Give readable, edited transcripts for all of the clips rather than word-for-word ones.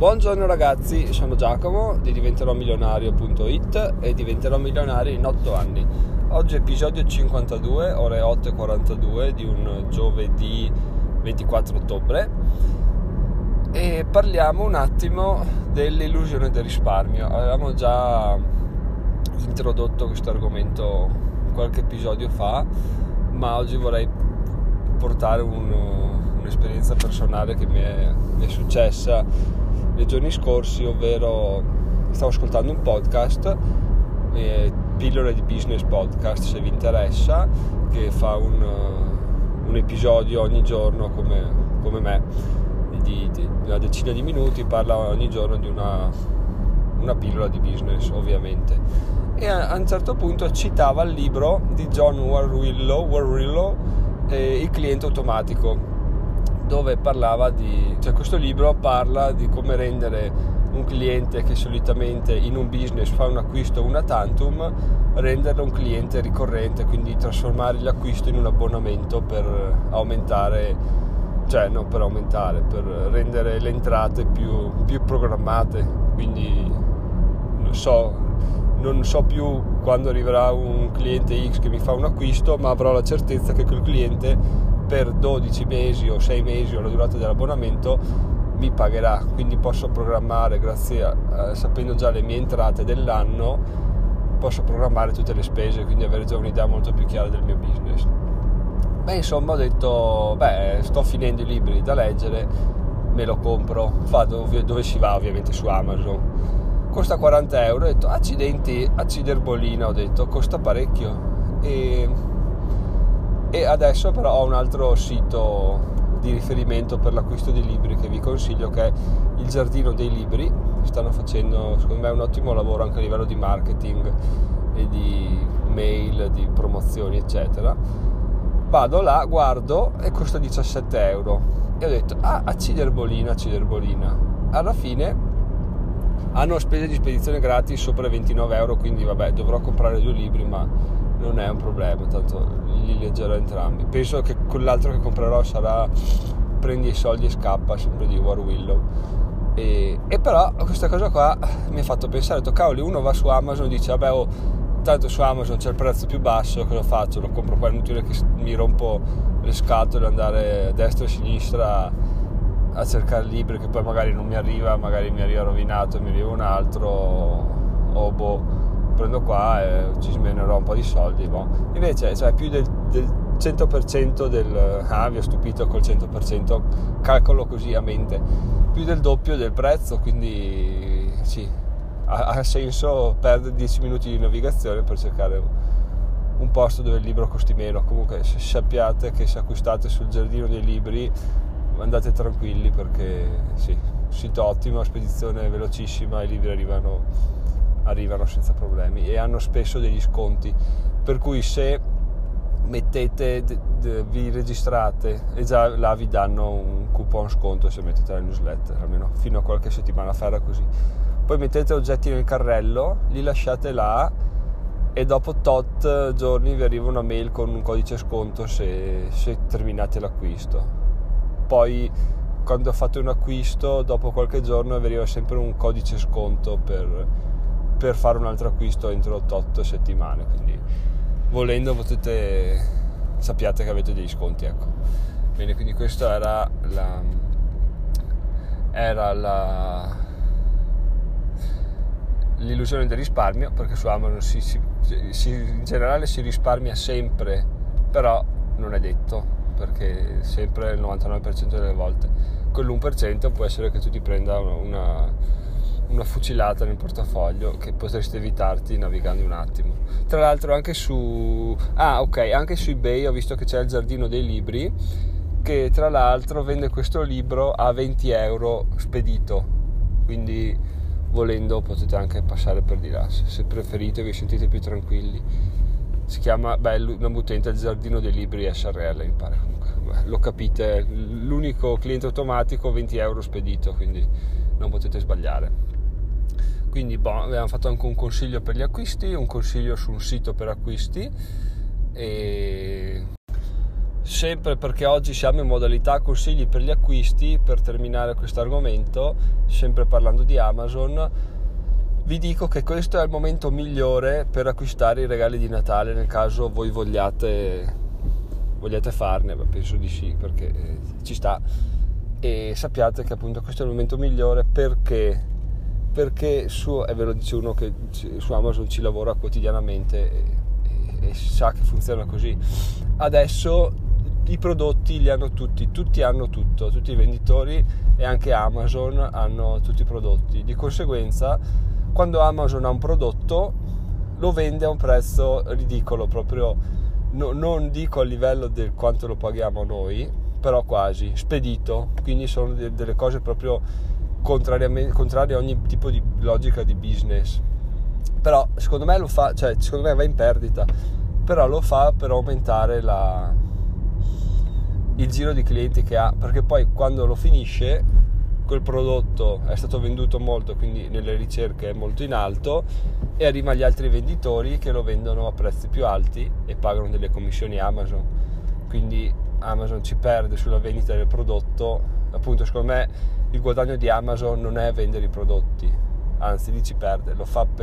Buongiorno ragazzi, sono Giacomo di diventeromilionario.it e diventerò milionario in 8 anni. Oggi episodio 52, ore 8:42 di un giovedì 24 ottobre e parliamo un attimo dell'illusione del risparmio. Avevamo già introdotto questo argomento qualche episodio fa, ma oggi vorrei portare un'esperienza personale che mi è successa nei giorni scorsi, ovvero stavo ascoltando un podcast, Pillole di Business Podcast, se vi interessa, che fa un episodio ogni giorno come me, di una decina di minuti, parla ogni giorno di una pillola di business, ovviamente, e a un certo punto citava il libro di John Warrillow, Il cliente automatico, dove parlava questo libro parla di come rendere un cliente che solitamente in un business fa un acquisto una tantum, renderlo un cliente ricorrente, quindi trasformare l'acquisto in un abbonamento per rendere le entrate più programmate. Quindi non so più quando arriverà un cliente X che mi fa un acquisto, ma avrò la certezza che quel cliente per 12 mesi o 6 mesi o la durata dell'abbonamento mi pagherà, quindi posso programmare, sapendo già le mie entrate dell'anno, posso programmare tutte le spese, quindi avere già un'idea molto più chiara del mio business. Insomma, ho detto, sto finendo i libri da leggere, me lo compro. Dove si va? Ovviamente su Amazon. Costa 40 euro, ho detto, acciderbolina, ho detto, costa parecchio. E adesso però ho un altro sito di riferimento per l'acquisto di libri che vi consiglio, che è il Giardino dei Libri. Stanno facendo, secondo me, un ottimo lavoro anche a livello di marketing e di mail, di promozioni, eccetera. Vado là, guardo e costa 17 euro e ho detto, acciderbolina. Alla fine hanno spese di spedizione gratis sopra i 29 euro, quindi dovrò comprare 2 libri, ma non è un problema, tanto li leggerò entrambi. Penso che quell'altro che comprerò sarà Prendi i soldi e scappa, sempre di Warrillow. E però questa cosa qua mi ha fatto pensare, ho detto, cavoli, uno va su Amazon e dice, tanto su Amazon c'è il prezzo più basso, cosa faccio? Lo compro qua, è inutile che mi rompo le scatole, andare a destra e a sinistra a cercare libri che poi magari non mi arriva, magari mi arriva rovinato, mi arriva un altro, prendo qua e ci smenerò un po' di soldi. Invece più del 100% vi ho stupito col 100%, calcolo così a mente, più del doppio del prezzo, quindi sì, ha senso perdere 10 minuti di navigazione per cercare un posto dove il libro costi meno. Comunque sappiate che se acquistate sul Giardino dei Libri andate tranquilli, perché sì, sito ottimo, spedizione velocissima, i libri arrivano senza problemi e hanno spesso degli sconti, per cui se vi registrate e già là vi danno un coupon sconto se mettete la newsletter, almeno fino a qualche settimana fa era così. Poi mettete oggetti nel carrello, li lasciate là e dopo tot giorni vi arriva una mail con un codice sconto se terminate l'acquisto. Poi quando fate un acquisto, dopo qualche giorno vi arriva sempre un codice sconto per fare un altro acquisto entro 8 settimane, quindi volendo sappiate che avete degli sconti, ecco. Bene, quindi questa era l'illusione del risparmio, perché su Amazon in generale si risparmia sempre, però non è detto, perché sempre il 99% delle volte quell'1% può essere che tu ti prenda una fucilata nel portafoglio che potresti evitarti navigando un attimo. Tra l'altro anche su eBay ho visto che c'è il Giardino dei Libri, che tra l'altro vende questo libro a 20 euro spedito, quindi volendo potete anche passare per di là se preferite, vi sentite più tranquilli. Si chiama una utente del Giardino dei Libri SRL, mi pare. Lo capite, l'unico cliente automatico, 20 euro spedito, quindi non potete sbagliare. Quindi abbiamo fatto anche un consiglio per gli acquisti, un consiglio su un sito per acquisti, e sempre perché oggi siamo in modalità consigli per gli acquisti, per terminare questo argomento, sempre parlando di Amazon, vi dico che questo è il momento migliore per acquistare i regali di Natale, nel caso voi vogliate farne. Penso di sì, perché ci sta, e sappiate che appunto questo è il momento migliore perché e ve lo dice uno che su Amazon ci lavora quotidianamente e sa che funziona così. Adesso i prodotti li hanno tutti hanno tutto, tutti i venditori e anche Amazon hanno tutti i prodotti. Di conseguenza, quando Amazon ha un prodotto lo vende a un prezzo ridicolo, proprio non dico a livello del quanto lo paghiamo noi, però quasi spedito. Quindi sono delle cose proprio contrarie a ogni tipo di logica di business. Però secondo me secondo me va in perdita, però lo fa per aumentare il giro di clienti che ha, perché poi quando lo finisce quel prodotto è stato venduto molto, quindi nelle ricerche è molto in alto, e arriva agli altri venditori che lo vendono a prezzi più alti e pagano delle commissioni Amazon. Quindi Amazon ci perde sulla vendita del prodotto. Appunto, secondo me il guadagno di Amazon non è vendere i prodotti, anzi lì ci perde, lo fa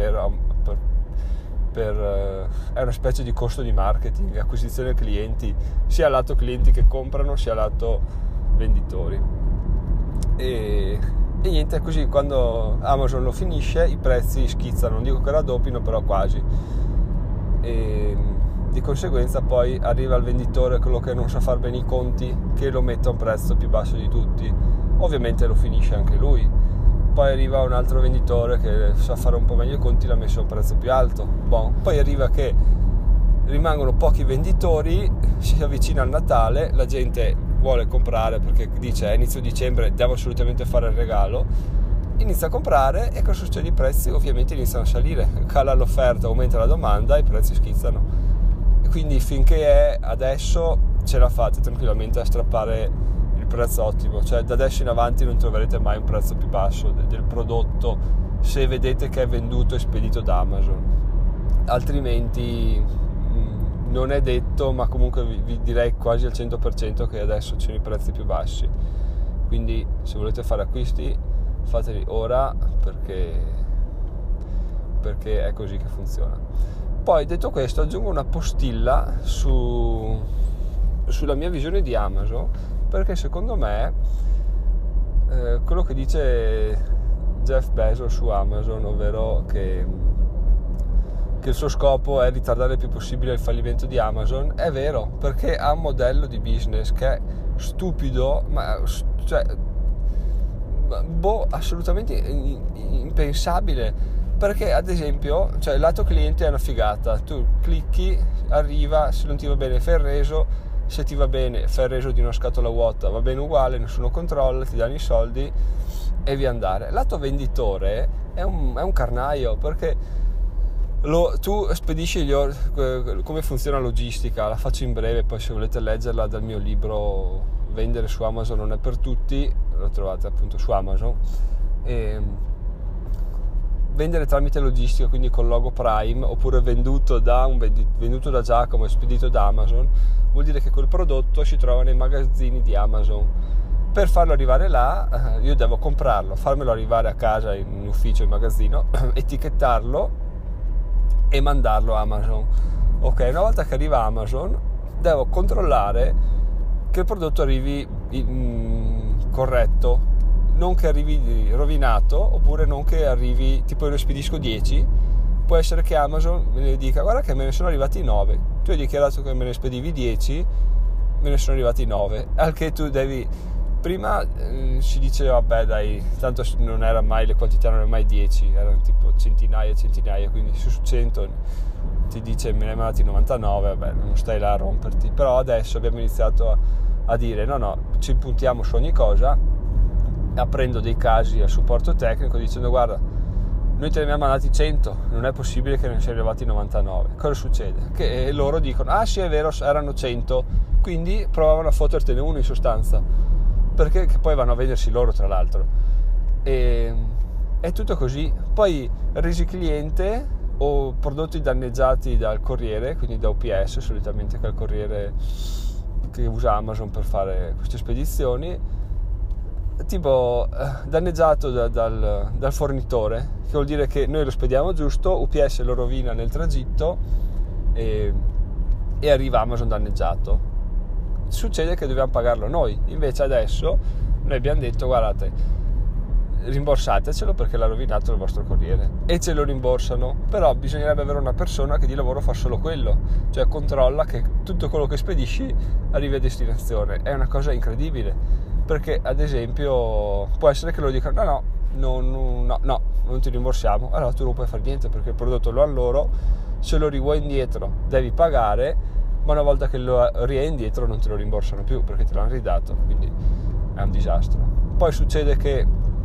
è una specie di costo di marketing, acquisizione clienti, sia lato clienti che comprano, sia lato venditori. E niente, è così. Quando Amazon lo finisce i prezzi schizzano, non dico che raddoppino, però quasi, e di conseguenza poi arriva il venditore, quello che non sa far bene i conti, che lo mette a un prezzo più basso di tutti, ovviamente lo finisce anche lui. Poi arriva un altro venditore che sa fare un po' meglio i conti, l'ha messo a un prezzo più alto. Poi arriva che rimangono pochi venditori, si avvicina il Natale, la gente vuole comprare perché dice è inizio dicembre, devo assolutamente fare il regalo, inizia a comprare e cosa succede? I prezzi ovviamente iniziano a salire, cala l'offerta, aumenta la domanda e i prezzi schizzano. E quindi finché è adesso ce la fate tranquillamente a strappare il prezzo ottimo, cioè da adesso in avanti non troverete mai un prezzo più basso del prodotto se vedete che è venduto e spedito da Amazon, altrimenti non è detto, ma comunque vi direi quasi al 100% che adesso ci sono i prezzi più bassi. Quindi se volete fare acquisti fateli ora, perché è così che funziona. Poi detto questo, aggiungo una postilla sulla mia visione di Amazon, perché secondo me quello che dice Jeff Bezos su Amazon, ovvero che il suo scopo è ritardare il più possibile il fallimento di Amazon, è vero, perché ha un modello di business che è stupido, assolutamente impensabile, perché ad esempio, lato cliente è una figata, tu clicchi, arriva, se non ti va bene fai il reso, se ti va bene fai il reso di una scatola vuota, va bene uguale, nessuno controlla, ti danno i soldi e via andare. Lato venditore è un carnaio, perché tu spedisci come funziona la logistica, la faccio in breve, poi se volete leggerla dal mio libro Vendere su Amazon non è per tutti, lo trovate appunto su Amazon. Vendere tramite logistica, quindi col logo Prime, oppure venduto da Giacomo e spedito da Amazon, vuol dire che quel prodotto si trova nei magazzini di Amazon. Per farlo arrivare là io devo comprarlo, farmelo arrivare a casa in ufficio, in magazzino, etichettarlo e mandarlo a Amazon. Ok, una volta che arriva a Amazon devo controllare che il prodotto arrivi corretto, non che arrivi rovinato, oppure non che arrivi tipo io ne spedisco 10, può essere che Amazon me ne dica guarda che me ne sono arrivati 9, tu hai dichiarato che me ne spedivi 10, me ne sono arrivati 9, al che tu devi prima si diceva vabbè dai, tanto non era mai, le quantità non erano mai 10, erano tipo centinaia, quindi su 100 ti dice me ne hai mandati 99, vabbè non stai là a romperti. Però adesso abbiamo iniziato a dire no, ci puntiamo su ogni cosa, aprendo dei casi al supporto tecnico dicendo guarda, noi te ne abbiamo mandati 100, non è possibile che ne siano arrivati 99. Cosa succede? Che loro dicono ah sì è vero, erano 100, quindi provavano a fottertene uno in sostanza, perché che poi vanno a vendersi loro tra l'altro, e è tutto così. Poi resi cliente o prodotti danneggiati dal corriere, quindi da UPS solitamente, che è il corriere che usa Amazon per fare queste spedizioni, tipo danneggiato dal fornitore, che vuol dire che noi lo spediamo giusto, UPS lo rovina nel tragitto e arriva Amazon danneggiato. Succede che dobbiamo pagarlo noi, invece adesso noi abbiamo detto: guardate, rimborsatecelo perché l'ha rovinato il vostro corriere, e ce lo rimborsano. Però bisognerebbe avere una persona che di lavoro fa solo quello, cioè controlla che tutto quello che spedisci arrivi a destinazione. È una cosa incredibile, perché ad esempio può essere che loro dicano no, non ti rimborsiamo. Allora tu non puoi fare niente, perché il prodotto lo hanno loro, se lo rivuoi indietro devi pagare, ma una volta che lo riei indietro non te lo rimborsano più perché te l'hanno ridato, quindi è un disastro. Poi succede che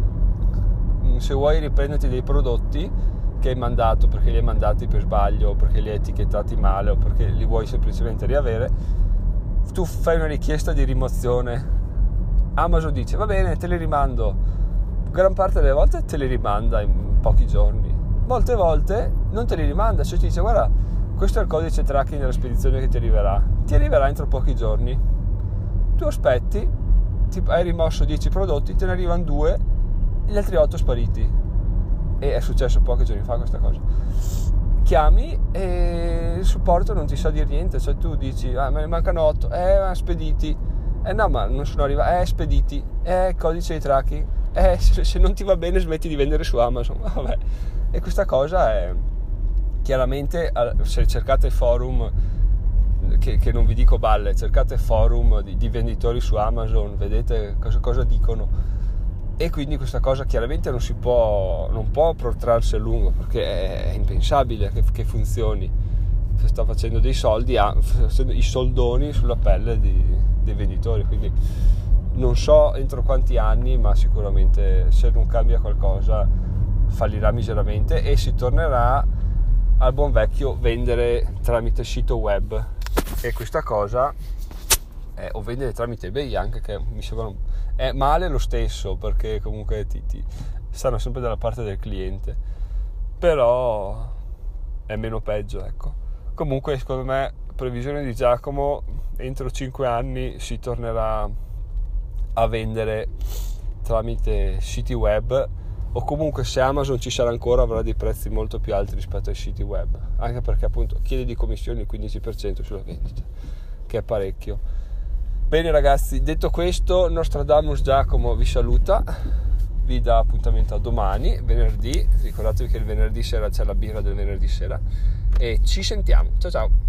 se vuoi riprenderti dei prodotti che hai mandato perché li hai mandati per sbaglio, o perché li hai etichettati male, o perché li vuoi semplicemente riavere, tu fai una richiesta di rimozione. Amazon dice: va bene, te li rimando. Gran parte delle volte te li rimanda in pochi giorni, molte volte non te li rimanda, cioè ti dice: guarda, questo è il codice tracking della spedizione che ti arriverà entro pochi giorni. Tu aspetti, hai rimosso 10 prodotti, te ne arrivano 2, gli altri 8 spariti. E è successo pochi giorni fa questa cosa. Chiami e il supporto non ti sa dire niente, cioè tu dici: me ne mancano 8, spediti. No, ma non sono arrivati, spediti, codice di tracking, se non ti va bene smetti di vendere su Amazon. Vabbè. E questa cosa è chiaramente, se cercate forum, che non vi dico balle, cercate forum di venditori su Amazon, vedete cosa dicono. E quindi questa cosa chiaramente non può protrarsi a lungo, perché è impensabile che funzioni. Si sta facendo dei soldi, i soldoni sulla pelle dei venditori, quindi non so entro quanti anni, ma sicuramente se non cambia qualcosa fallirà miseramente e si tornerà al buon vecchio vendere tramite sito web. E questa cosa o vendere tramite eBay anche, che mi sembrano è male lo stesso, perché comunque ti stanno sempre dalla parte del cliente, però è meno peggio, ecco. Comunque secondo me, previsione di Giacomo, entro 5 anni si tornerà a vendere tramite siti web, o comunque se Amazon ci sarà ancora avrà dei prezzi molto più alti rispetto ai siti web, anche perché appunto chiede di commissioni il 15% sulla vendita, che è parecchio. Bene ragazzi, detto questo, Nostradamus Giacomo vi saluta, vi dà appuntamento a domani, venerdì. Ricordatevi che il venerdì sera c'è la birra del venerdì sera, e ci sentiamo. Ciao ciao.